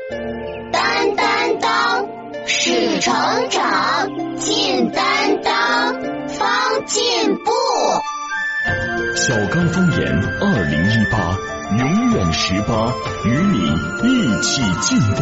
担担当，是成长；进担当，方进步。 小刚方言2018，永远18，与你一起进步。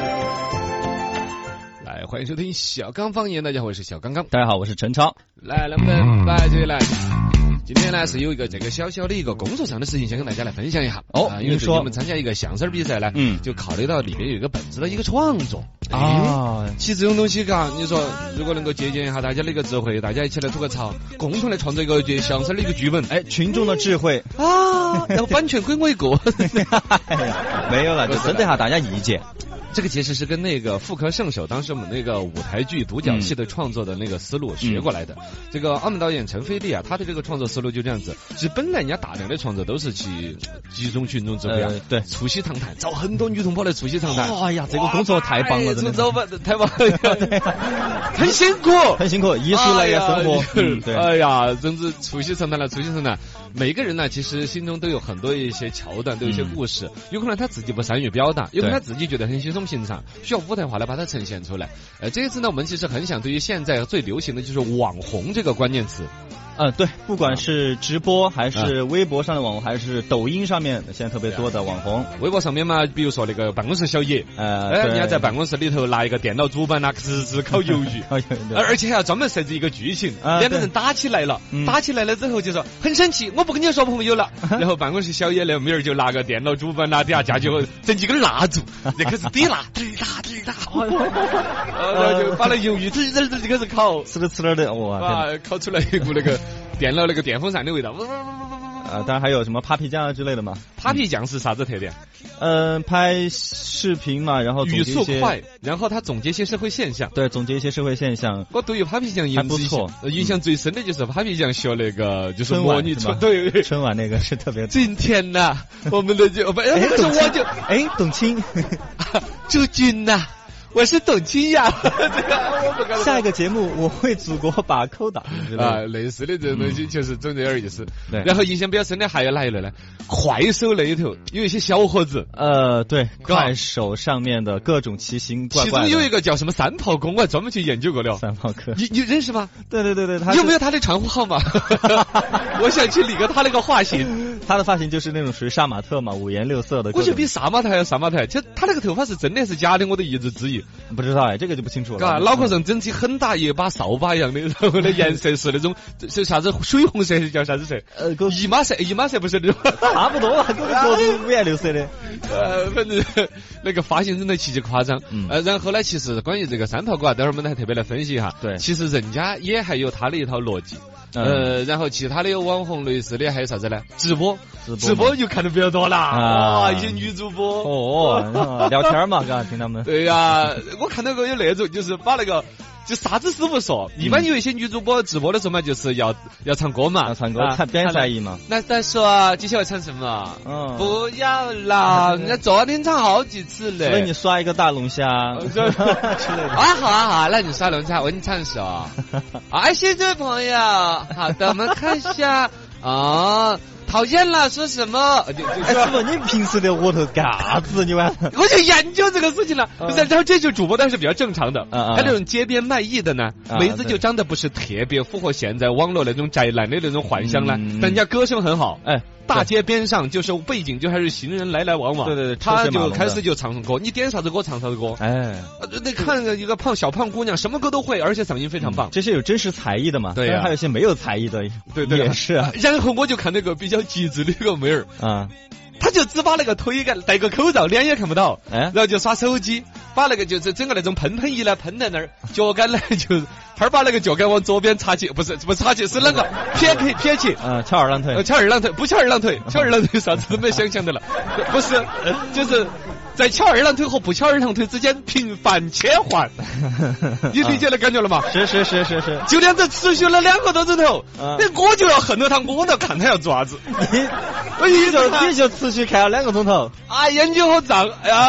来，欢迎收听小刚方言，大家好，我是小刚刚。 大家好，我是陈超。 来，能不能来这里来？今天呢是有一个这个小小的一个工作上的事情，想跟大家来分享一下。因为最近我们参加一个相声比赛呢，就考虑到里边有一个本子的一个创作啊。其实这种东西，嘎，你说如果能够借鉴一下大家的一个智慧，大家一起来吐个槽，共同来创作一个相声的一个剧本。 群众的智慧啊，然后版权归我一个。 没有了，就征得下大家意见。 这个其实是跟那个妇科圣手当时我们那个舞台剧独角戏的创作的那个思路学过来的。这个澳门导演陈飞利啊，他的这个创作思路就这样子。其实本来人家大量的创作都是去集中群众智慧对， 促膝长谈，找很多女同胞来促膝长谈。 哎呀，这个工作太棒了，真的太棒了，很辛苦， 很辛苦，艺术类的生活。 对，哎呀，真是促膝长谈了，促膝长谈。每个人呢，其实心中都有很多一些桥段，都有一些故事。有可能他自己不善于表达，有可能他自己觉得很稀松平常，需要舞台化来把它呈现出来。这一次呢，我们其实很想对于现在最流行的就是网红这个关键词。 对，不管是直播还是微博上的网红，还是抖音上面现在特别多的网红。 微博上面嘛，比如说那个办公室小野，人家在办公室里头拿一个电脑主板拿直直烤鱿鱼，而且还要专门设置一个剧情，两个人打起来了，打起来了之后就说很生气，我不跟你说朋友了。然后办公室小野那妹儿就拿个电脑主板拿底下架就整几根蜡烛，就开始滴蜡，滴蜡，然后就把那鱿鱼滴就开始烤， 吃点的，哇， 烤出来一股那个电脑那个电风扇的味道。 当然还有什么 Papi 酱啊之类的嘛。 Papi 酱是啥子特点？ 拍视频嘛，然后语速快，然后他总结一些社会现象。 对，总结一些社会现象。 我对于 Papi 酱还不错， 印象最深的就是 Papi 酱学那个就是模拟春晚那个是特别。 今天呐，我们的就董卿， 朱军呐。我是董卿呀， 下一个节目我为祖国把扣打类似的这种东西就是总这点意思。然后印象比较深的还有哪一类呢？快手那一头有一些小伙子， 对，快手上面的各种奇形怪怪的。 其中有一个叫什么三炮公，我专门去研究过了。 三炮哥， 你认识吗？ 对， 你有没有他的账户号码？我想去理个他那个发型。 他的发型就是那种属于杀马特嘛，五颜六色的。 我觉得比杀马特还要杀马特。其实他那个头发是真的还是假的，我都一直质疑。 不知道这个就不清楚了。 脑壳上整起很大一把扫把一样的，然后呢颜色是那种是啥子水红色，是叫啥子色？姨妈色不是那种， 差不多了，各种五颜六色的。 反正那个发型真的奇奇夸张。然后呢，其实关于这个三炮哥啊，待会儿我们还特别来分析一下。 对， 其实人家也还有他的一套逻辑。然后其他的网红类似的还有啥子呢？直播就看得比较多啦。一些女主播聊天嘛，嘎，听他们。 对呀，我看到过有那种就是把那个。就啥子师傅说，一般有一些女主播直播的时候嘛，就是要唱歌嘛， 要唱歌，看边才艺嘛。 那再说接下来唱什么？不要啦，人家昨天唱好几次了。 所以你刷一个大龙虾之类的。 好，那你刷龙虾，我给你唱首。谢谢这位朋友。好的，我们看一下讨厌了，说什么？ 师傅，你平时的窝头干啥子？你晚上我就研究这个事情了。不是，然后这就主播，但是比较正常的。他那种街边卖艺的呢，梅子就长得不是特别符合现在网络那种宅男的那种幻想呢，但人家歌声很好。大街边上就是背景就还是行人来来往往。 对， 他就开始就唱歌，你点啥子歌唱啥子歌。那看一个小胖姑娘，什么歌都会，而且嗓音非常棒。 这些有真实才艺的嘛？ 对， 还有一些没有才艺的。 对， 也是。 然后我就看那个比较机智的一个妹儿他就只把那个腿戴个口罩，脸也看不到，然后就刷手机，把那个就是整个那种喷仪呢喷在那儿，脚杆呢就他把那个脚杆往左边插起，不插起，是那个撇起， 翘二郎腿， 不翘二郎腿啥子都没想象的了，不是，就是在翘二郎腿和不翘二郎腿之间频繁切换，你理解了感觉了吗？ 是， 就这样子持续了2个多钟头，那我就要恨着他，我都看他要做啥子， 你就持续看了2个钟头， 眼睛好胀，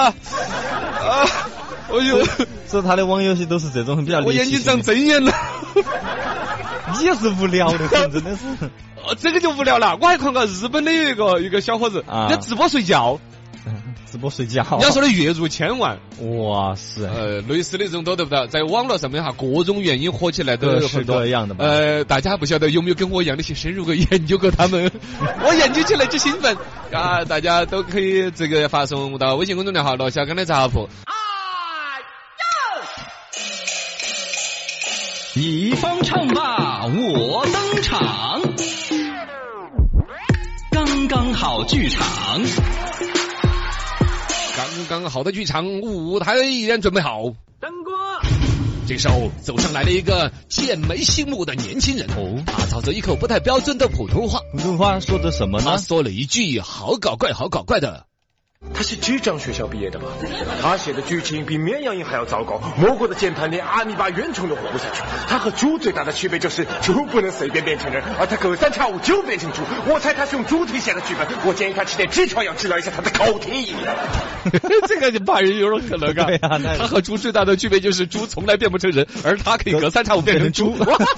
我就说他的网游戏都是这种比较， 我眼睛长针眼了， 你也是无聊的很，真的是。 这个就无聊了，我还看过日本的有一个小伙子，在直播睡觉。 直播睡觉。 你要说的月入1000万， 哇塞！ 类似的这种都得不到，在网络上面哈，各种原因火起来都有很多各样的吧。 大家不晓得有没有跟我一样的去深入个研究过他们？我研究起来就兴奋啊！大家都可以这个发送到微信公众号罗小刚的杂铺。 你方唱罢我登场，刚刚好剧场。 刚刚好的剧场，舞台依然准备好。 灯光。 这时候走上来了一个剑眉星目的年轻人，他操着一口不太标准的普通话。 普通话说的什么呢？ 他说了一句好搞怪好搞怪的。 他是机长学校毕业的吧？他写的剧情比绵羊音还要糟糕，魔鬼的键盘连阿尼巴原虫都活不下去。他和猪最大的区别就是猪不能随便变成人，而他隔三差五就变成猪。我猜他是用猪蹄写的剧本，我建议他吃点痔疮药治疗一下他的口蹄疫。 这个把人有点可能啊！ 对啊， 他和猪最大的区别就是猪从来变不成人，而他可以隔三差五变成猪。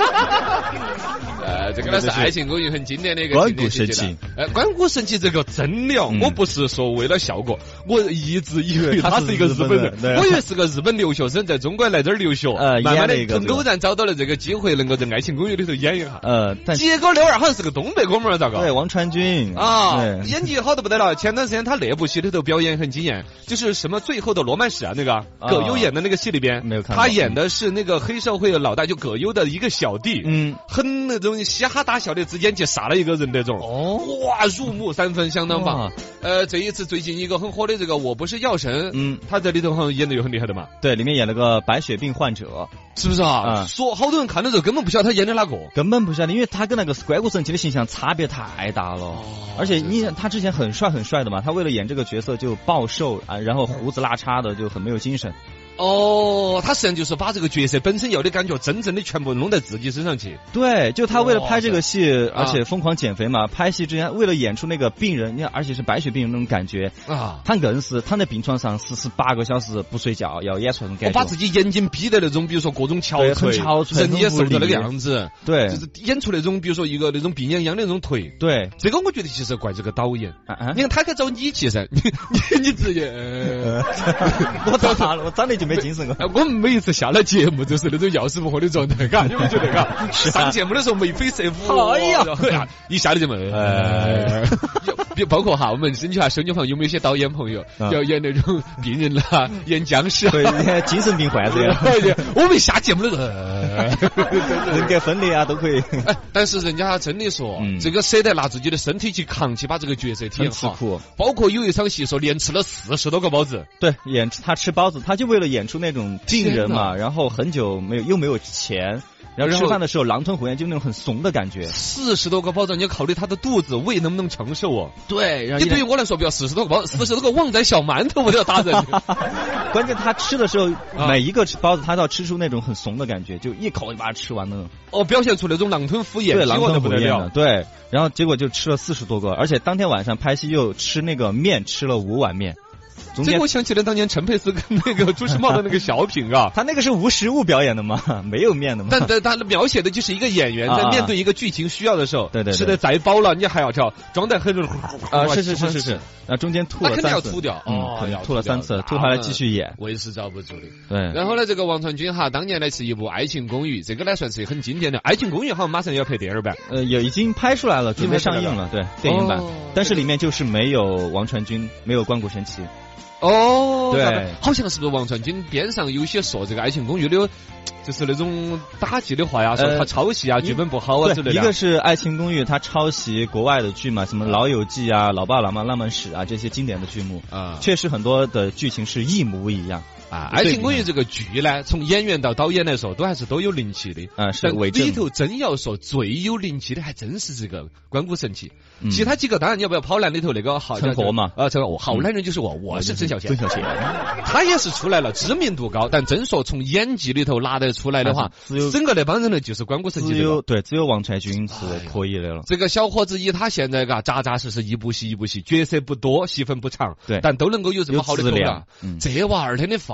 这个呢是爱情公寓很经典的一个关谷神奇。 关谷神奇这个真的我不是说为了效果，我一直以为他是一个日本人，我以为是个日本留学生在中国来这儿留学，慢慢的很偶然找到了这个机会，能够在爱情公寓里头演一下。结果62好像是个东北哥们儿，咋个？ 对，王传君啊，演技好的不得了。前段时间他那部戏里头表演很惊艳，就是什么最后的罗曼史啊，那个葛优演的那个戏里边， 没有看。 他演的是那个黑社会的老大，就葛优的一个小弟，很那种嘻哈大小的之间去杀了一个人那种。哇，入木三分，相当棒。这一次最近一个很火的这个我不是药神，他在里头好像演的有很厉害的嘛。 对，里面演了个白血病患者， 是不是啊？说好多人看的时候根本不晓得他演的哪个， 根本不晓得，因为他跟那个关谷神奇的形象差别太大了。而且他之前很帅很帅的嘛，他为了演这个角色就暴瘦啊，然后胡子拉碴的，就很没有精神。 他实际上就是把这个角色本身要的感觉真正的全部弄在自己身上去。 对，就他为了拍这个戏，而且疯狂减肥嘛，拍戏之前为了演出那个病人，而且是白血病人那种感觉啊，他硬是躺在病床上48个小时不睡觉，要演出那种感觉。 把自己眼睛逼的那种，比如说各种憔悴，人也瘦的那个样子。 对， 就是演出那种，比如说一个那种病殃殃的那种腿。 对， 这个我觉得其实怪这个导演。你看他可以找你去噻，你直接我咋了？我长得就没精神了。 我们每一次下了节目就是那种要死不活的状态，嘎，有没有觉得嘎？上节目的时候眉飞色舞，哎呀，一下了节目，包括哈，我们申请下收音房有没有一些导演朋友要演那种病人啦，演僵尸， 对，精神病患者呀。 我们下节目的时候， 人格分裂啊都可以。 但是人家真的说，这个舍得拿自己的身体去扛起把这个角色体验好，包括有一场戏说连吃了40多个包子。 对，他吃包子，他就为了演出那种病人嘛，然后很久又没有钱。然后吃饭的时候狼吞虎咽，就那种很怂的感觉。 40多个包子，你要考虑他的肚子胃能不能承受啊？ 对，然后对于我来说，不要40多个包子，40多个旺仔小馒头我都要打人。 关键他吃的时候，每一个包子他都要吃出那种很怂的感觉，就一口就把它吃完了。 表现出那种狼吞虎咽， 对，狼吞虎咽的。 对，然后结果就吃了40多个，而且当天晚上拍戏又吃那个面，吃了5碗面。 这个我想起了当年陈佩斯跟那个朱时茂的那个小品啊， 他那个是无实物表演的嘛，没有面的嘛。 但他描写的就是一个演员在面对一个剧情需要的时候， 对， 吃的再饱了，你还要装在很是，那中间吐了3次， 那肯定要吐掉， 吐了3次，吐下来继续演， 胃是遭不住的。 对， 然后呢，这个王传君哈，当年呢是一部《爱情公寓》，这个呢算是很经典的，《爱情公寓》好像马上要拍第2版， 已经拍出来了，准备上映了，对，电影版，但是里面就是没有王传君，没有关谷神奇。对， 好像是不是王传君边上有些说这个《爱情公寓》的，就是那种打击的话呀，说他抄袭啊，剧本不好啊之类的。 一个是《爱情公寓》，他抄袭国外的剧嘛，什么《老友记》啊、《老爸老妈浪漫史》啊这些经典的剧目啊，确实很多的剧情是一模一样。 爱情公寓这个剧呢，从演员到导演来说，都还是都有灵气的。 是里头真要说最有灵气的，还真是这个关谷神奇。其他几个当然你要不要跑男里头那个好陈活嘛？ 这个好男人就是我是曾小贤。他也是出来了，知名度高，但真说从演技里头拿得出来的话，整个那帮人呢就是关谷神奇。 只有王传君是可以的了。 这个小伙子以他现在扎扎实实一部戏，角色不多，戏份不长， 对， 但都能够有这么好的口感。这娃2天的发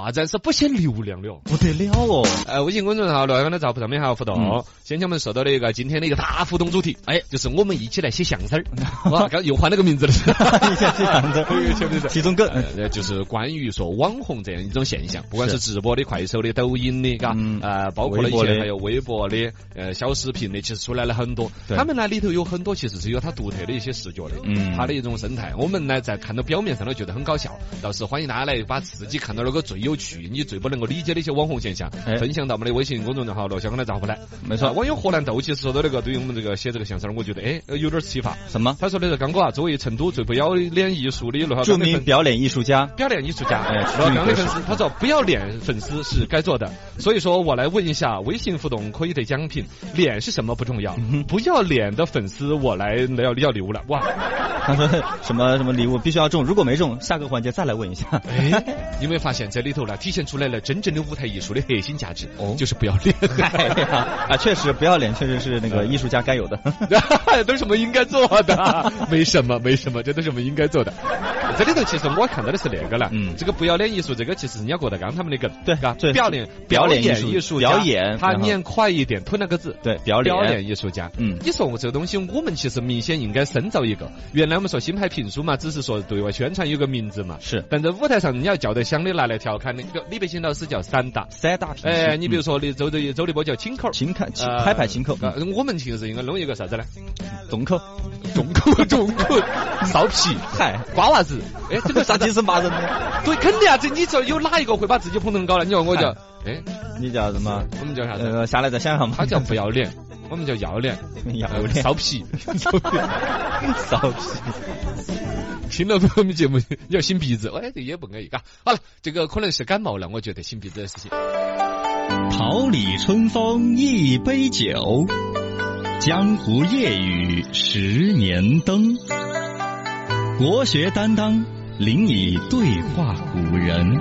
画展是不限流量的哦， 不得了哦！ 微信公众号罗阳的照上面还有互动，先前我们说到的一个今天的一个大互动主题，就是我们一起来写相声哇，刚又换了个名字了， 一起写相声，其中梗就是关于说网红这样一种现象，不管是直播的、快手的、抖音的，包括了以前还有微博的、小视频的，其实出来了很多。他们那里头有很多其实是有它独特的一些视觉的，它的一种生态。我们呢在看到表面上都觉得很搞笑，倒是欢迎大家来把自己看到那个最有趣、你最不能够理解的一些网红现象，分享到我们的微信公众号“罗小刚的账户”来。 没错， 网友荷兰豆其实说到那个对于我们这个写这个相声，我觉得有点启发。 什么？ 他说的是刚哥啊，作为成都最不要脸艺术的著名表演艺术家，罗小刚的粉丝，他说不要脸粉丝是该做的，所以说我来问一下，微信互动可以得奖品，脸是什么不重要，不要脸的粉丝我来要留了。哇， 他说什么礼物必须要中，如果没中，下个环节再来问一下。 有没有发现这里头呢体现出来了真正的舞台艺术的核心价值，就是不要脸。 确实不要脸确实是那个艺术家该有的。 都是我们应该做的，没什么，这都是我们应该做的。这里头其实我看到的是那个了，这个不要脸艺术，这个其实人家郭德纲他们的梗， 对，表演艺术家， 他念快一点吞那个字， 对，表演艺术家。你说这个东西，我们其实明显应该深造一个。原来我们说新派评书嘛，只是说对外宣传有个名字嘛， 是， 但在舞台上你要叫得响的拿来调侃的，李北新老师叫散打评书， 你比如说你周立波叫轻口， 拍排轻口， 我们其实应该弄一个啥子呢？ 重口， 臊皮，瓜娃子，这个啥意思骂人呢？ 对，肯定啊，这你说有哪一个会把自己捧成高了？你说我叫， 你叫什么？ 我们叫啥子？ 下来再想想嘛。 他叫不要脸，我们叫要脸，臊皮。听了我们节目要擤鼻子，这也不安逸，嘎。好了，这个可能是感冒了，我觉得擤鼻子的事情。 桃李春风一杯酒，江湖夜雨10年灯。国学担当，领你对话古人。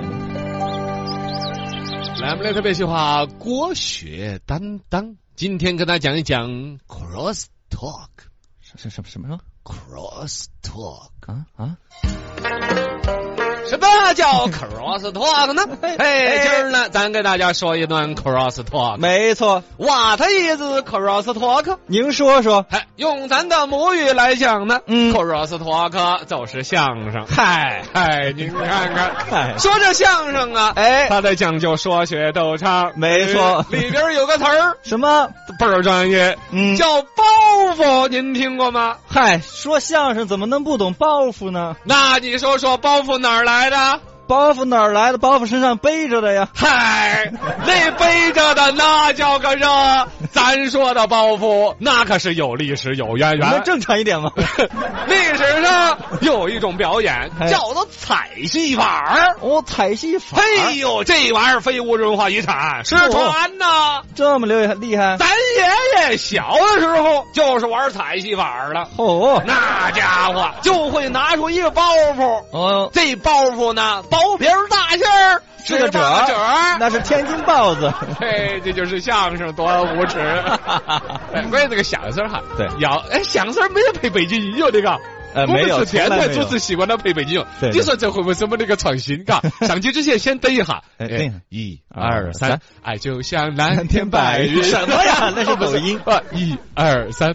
来，我们来特别喜欢国学担当，今天跟大家讲一讲 cross talk。 什么 ？cross talk 啊？ 什么叫 cross talk 呢？今儿呢，咱给大家说一段 cross talk。 没错 ，What is cross talk？ 您说说。 用咱的母语来讲呢，cross talk 就是相声。您看看，说这相声啊，他在讲究说学逗唱。 没错， 里边有个词儿， 什么倍儿专业，叫包袱，您听过吗？ 说相声怎么能不懂包袱呢？ 那你说包袱哪儿来的？ 包袱哪儿来的？包袱身上背着的呀。 那背着的那叫个热，咱说的包袱那可是有历史有渊源。 能正常一点吗？ 历史上有一种表演叫做彩戏法。 彩戏法。 这玩意儿非物质文化遗产，失传呐。 这么厉害？ 咱爷爷小的时候就是玩彩戏法了。那家伙就会拿出一个包袱。这包袱呢，包皮大馅儿， 是个褶，那是天津包子。 这就是相声，多无耻！关键这个相声对， 相声没有配背景音乐的嘎。 没有， 我们是电台主持习惯了配背景音乐。你说这会不会是我们那个创新？嘎，上去之前先等一下。1、2、3，爱就像蓝天白云。 什么呀？那是抖音。 1、2、3。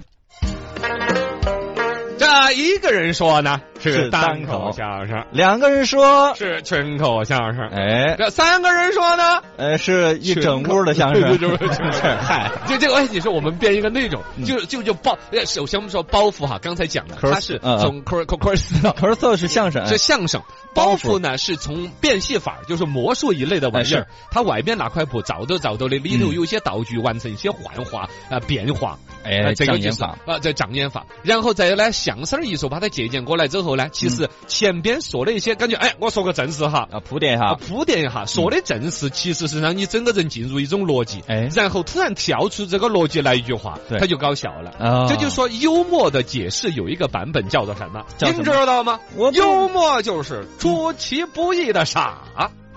这一个人说呢是单口相声 ，2个人说是群口相声， 这 3个人说呢是一整屋的相声。 就这个，你说我们编一个内容，就包。首先我们说包袱哈，刚才讲的，它是从 cross 是相声， 是相声。包袱呢是从变戏法，就是魔术一类的玩意儿，它外边那块布早都的，里头有一些道具完成一些幻化变化，这个就是这障眼法，然后再来相声艺术把它借鉴过来之后呢，其实前边说了一些感觉，我说个正事哈， 铺垫一下， 说的正事其实是让你整个人进入一种逻辑，然后突然跳出这个逻辑来一句话，它就搞笑了。这就说幽默的解释有一个版本叫做什么？您知道吗？幽默就是出其不意的傻。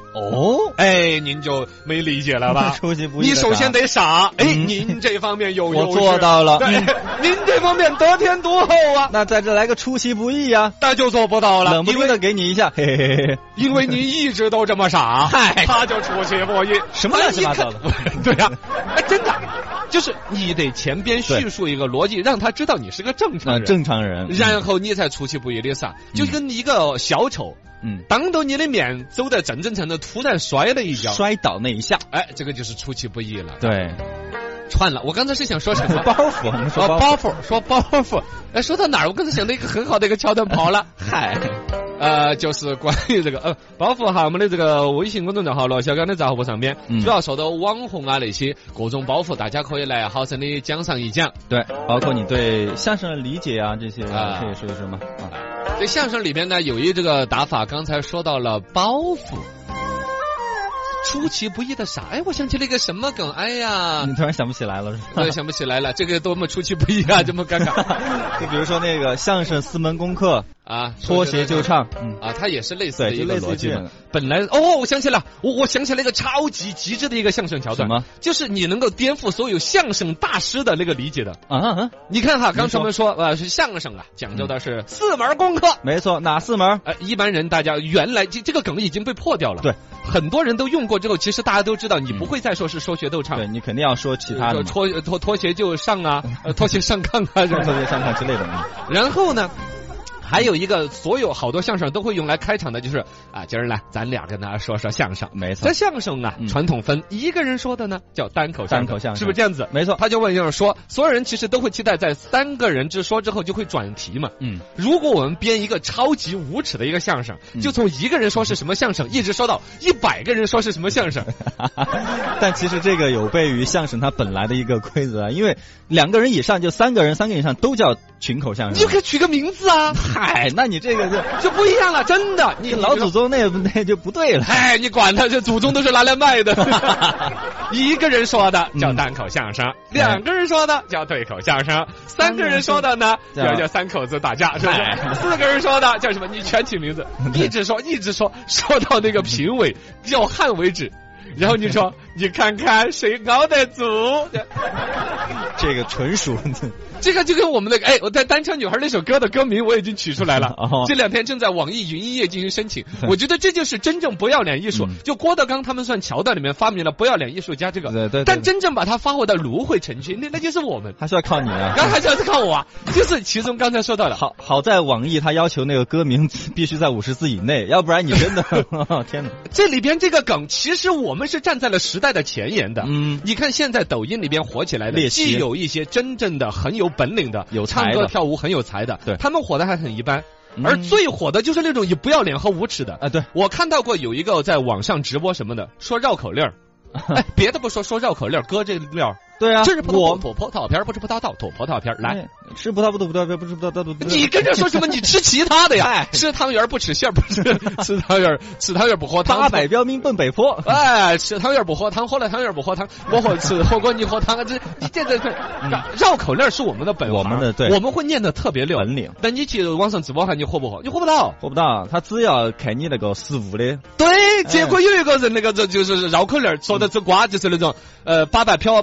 哦， 哎，您就没理解了吧？ 出其不意， 你首先得傻，哎，您这方面有优势， 我做到了， 对，您这方面得天独厚啊。 那在这来个出其不意啊， 那就做不到了， 冷不丁的给你一下，嘿嘿嘿嘿， 因为你一直都这么傻， 嗨， 他就出其不意， 什么乱七八糟的， 对呀，哎，真的。就是你得前边叙述一个逻辑，让他知道你是个正常人，然后你才出其不意的啥，就跟一个小丑，当着你的面走得正正常的，突然摔了一跤， 摔倒那一下， 哎，这个就是出其不意了。 对， 串了，我刚才是想说什么？ 包袱，我们说包袱，哎，说到哪儿？我刚才想到一个很好的一个桥段跑了， 嗨。 就是关于这个包括哈我们的这个微信公众号罗小刚的账号上面，主要说到网红啊那些各种包袱，大家可以来好生的讲上一讲。 对，包括你对相声的理解啊这些，可以说一说吗？ 这相声里边呢有一这个打法，刚才说到了包袱。出其不意的傻，哎，我想起了一个什么梗，哎呀， 你突然想不起来了是吧？ 对，想不起来了，这个多么出其不意啊，这么尴尬。 就比如说那个相声4门功课啊，脱鞋就唱， 它也是类似的一个逻辑。本来我想起了，我想起了一个超级极致的一个相声桥段， 什么？ 就是你能够颠覆所有相声大师的那个理解的你看哈，刚才我们说是相声啊，讲究的是4门功课， 没错，哪4门？ 一般人大家原来这个梗已经被破掉了， 对， 很多人都用过之后，其实大家都知道，你不会再说是说学逗唱， 对你肯定要说其他的， 脱鞋就上啊，脱鞋上炕啊， 脱鞋上炕之类的。 然后呢？还有一个，所有好多相声都会用来开场的，就是今儿呢，咱俩跟大家说说相声。 没错， 这相声啊，传统分一个人说的呢叫单口相声，是不是这样子？ 没错， 他就问就是说，所有人其实都会期待在3个人之说之后就会转题嘛。如果我们编一个超级无耻的一个相声，就从1个人说是什么相声，一直说到100个人说是什么相声。 但其实这个有悖于相声它本来的一个规则，因为2个人以上就3个人，3个以上都叫群口相声。 你就可以取个名字啊。 嗨，那你这个就不一样了，真的。 你老祖宗那就不对了。 哎，你管他，这祖宗都是拿来卖的。1个人说的叫单口相声，2个人说的叫对口相声，3个人说的呢叫3口子打架，是不是？4个人说的叫什么？你全起名字，一直说说到那个评委叫汗为止。然后你说，你看看谁熬得住？ 这个纯属， 这个就跟我们的我在单车女孩那首歌的歌名我已经取出来了。这2天正在网易云音乐进行申请。我觉得这就是真正不要脸艺术。就郭德纲他们算桥段里面发明了不要脸艺术家这个， 对。 但真正把它发挥到炉火纯青，那就是我们， 还是要靠你啊！ 还是要靠我啊！就是其中刚才说到的， 好在网易他要求那个歌名必须在50字以内，要不然你真的天哪！ 这里边这个梗，其实我们是站在了时代的前沿的。你看现在抖音里边火起来的，既有一些真正的很有本领的， 有唱歌跳舞很有才的， 对， 他们火的还很一般。而最火的就是那种以不要脸和无耻的啊！对， 我看到过有一个在网上直播什么的，说绕口令儿，别的不说绕口令儿，搁这料。 对啊， 这是吐葡萄片，不吃葡萄豆，吐葡萄片。来， 吃葡萄不吐葡萄片，不吃葡萄豆。 你跟着说什么？你吃其他的呀？吃汤圆不吃馅儿，不吃吃汤圆不喝汤。 800标兵奔北坡。 吃汤圆不喝汤，喝了汤圆不喝汤。我吃火锅你喝汤，这绕口令是我们的本行， 我们的对， 我们会念得特别溜本领。 但你去网上直播哈，你喝不喝？你喝不到， 他只要看你那个实物的。 对，结果有一个人那个就是绕口令说的这瓜就是那种800飘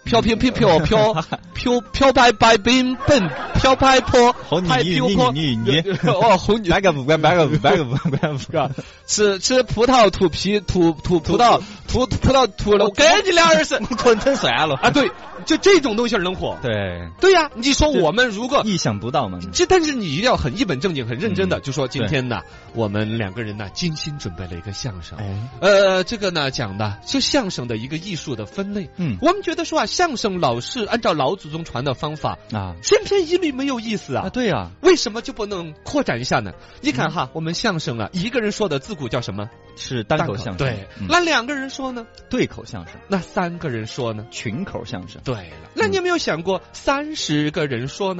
白白冰本漂白坡， 你红白个5 吃葡萄吐皮吐葡萄吐了，我给你2耳屎， 滚成算了啊！对，就这种东西能火。对呀，你说我们如果意想不到嘛， 但是你一定要很一本正经、很认真的，就说今天呢，我们2个人呢精心准备了一个相声。这个呢讲的就相声的一个艺术的分类。我们觉得说相声老是按照老祖宗传的方法千篇一律没有意思啊。 对啊， 为什么就不能扩展一下呢？你看哈，我们相声1个人说的自古叫什么？ 是单口相声。 对，那2个人说呢？ 对口相声。 那3个人说呢？ 群口相声。 对了，那你有没有想过30个人说呢？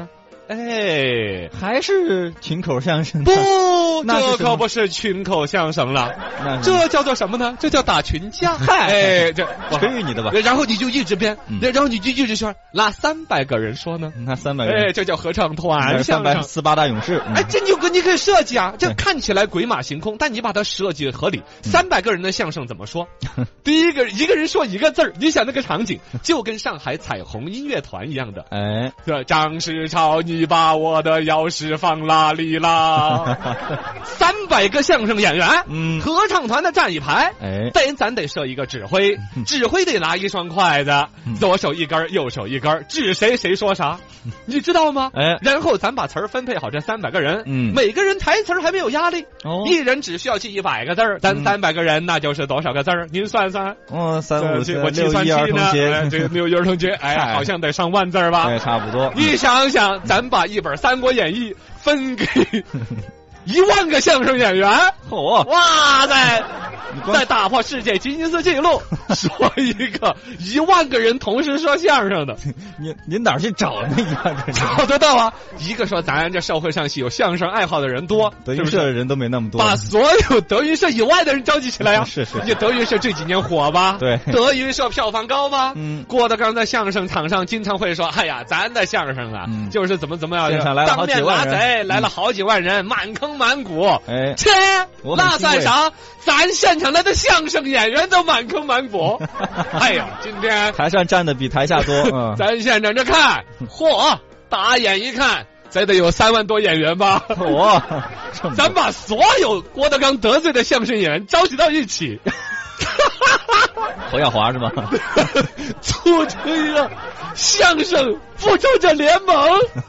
哎， 还是群口相声？ 不，这可不是群口相声了，这叫做什么呢？这叫打群架。哎，这吹你的吧。 然后你就一直编，然后你就一直说，那300个人说呢？ 那300个人， 哎，这叫合唱团相声。 348大勇士。 哎，这你可以设计啊，这看起来鬼马行空，但你把它设计合理。300个人的相声怎么说？第一个人说一个字儿，你想那个场景就跟上海彩虹音乐团一样的。 哎， 张世超，你把我的钥匙放哪里啦？300个相声演员，合唱团的站一排， 哎， 咱得设一个指挥，指挥得拿一双筷子，左手一根，右手一根，指谁说啥，你知道吗？ 哎， 然后咱把词儿分配好，这300个人，每个人台词儿还没有压力，一人只需要记100个字儿，咱300个人那就是多少个字儿？您算算。 3、5、4、 我计算器呢？这个6一儿童节，哎，好像得上万字吧？ 对，差不多。 你想想，咱把一本《三国演义》分给1万个相声演员，哇塞！再打破世界吉尼斯纪录，说一个1万个人同时说相声的， 您哪儿去找那1万个人？ 找得到啊！一个说咱这社会上有相声爱好的人多， 德云社的人都没那么多， 把所有德云社以外的人召集起来呀！ 是， 你德云社这几年火吧？ 对， 德云社票房高吧？郭德纲在相声场上经常会说：“哎呀，咱的相声啊，就是怎么样，当面拿贼来了好几万人，满坑满谷。” 哎， 切，那算啥？咱现场来的相声演员都满坑满谷。哎呀，今天台上站的比台下多。 咱现场这看，嚯，打眼一看，咱得有3万多演员吧？咱把所有郭德纲得罪的相声演员召集到一起。 侯耀华是吧？ 组成一个相声复仇者联盟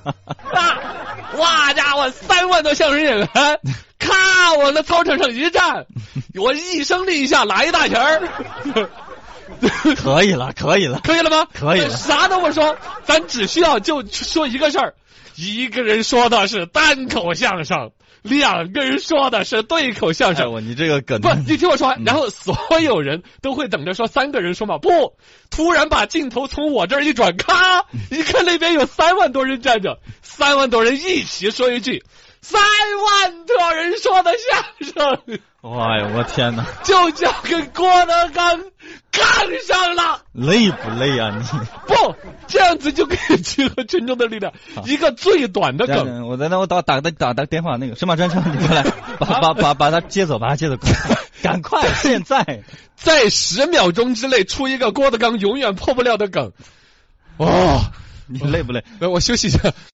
哇家伙，3万多相声演员，咔往那操场上一站，我一声令下拉一大旗儿。 可以了吗？ 可以了，啥都不说，咱只需要就说一个事儿，一个人说的是单口相声，2个人说的是对口相声。 你这个梗不，你听我说完，然后所有人都会等着说3个人说嘛，不，突然把镜头从我这儿一转，咔，一看那边有3万多人站着，3万多人一起说一句，3万多人说的相声。 哎呀，我天哪！ 就叫跟郭德纲杠上了， 累不累啊你？ 不，这样子就可以集合群众的力量。一个最短的梗， 我打个电话，那个神马专车，你过来，把他接走，赶快，现在在10秒钟之内出一个郭德纲永远破不了的梗。 你累不累？ 我休息一下。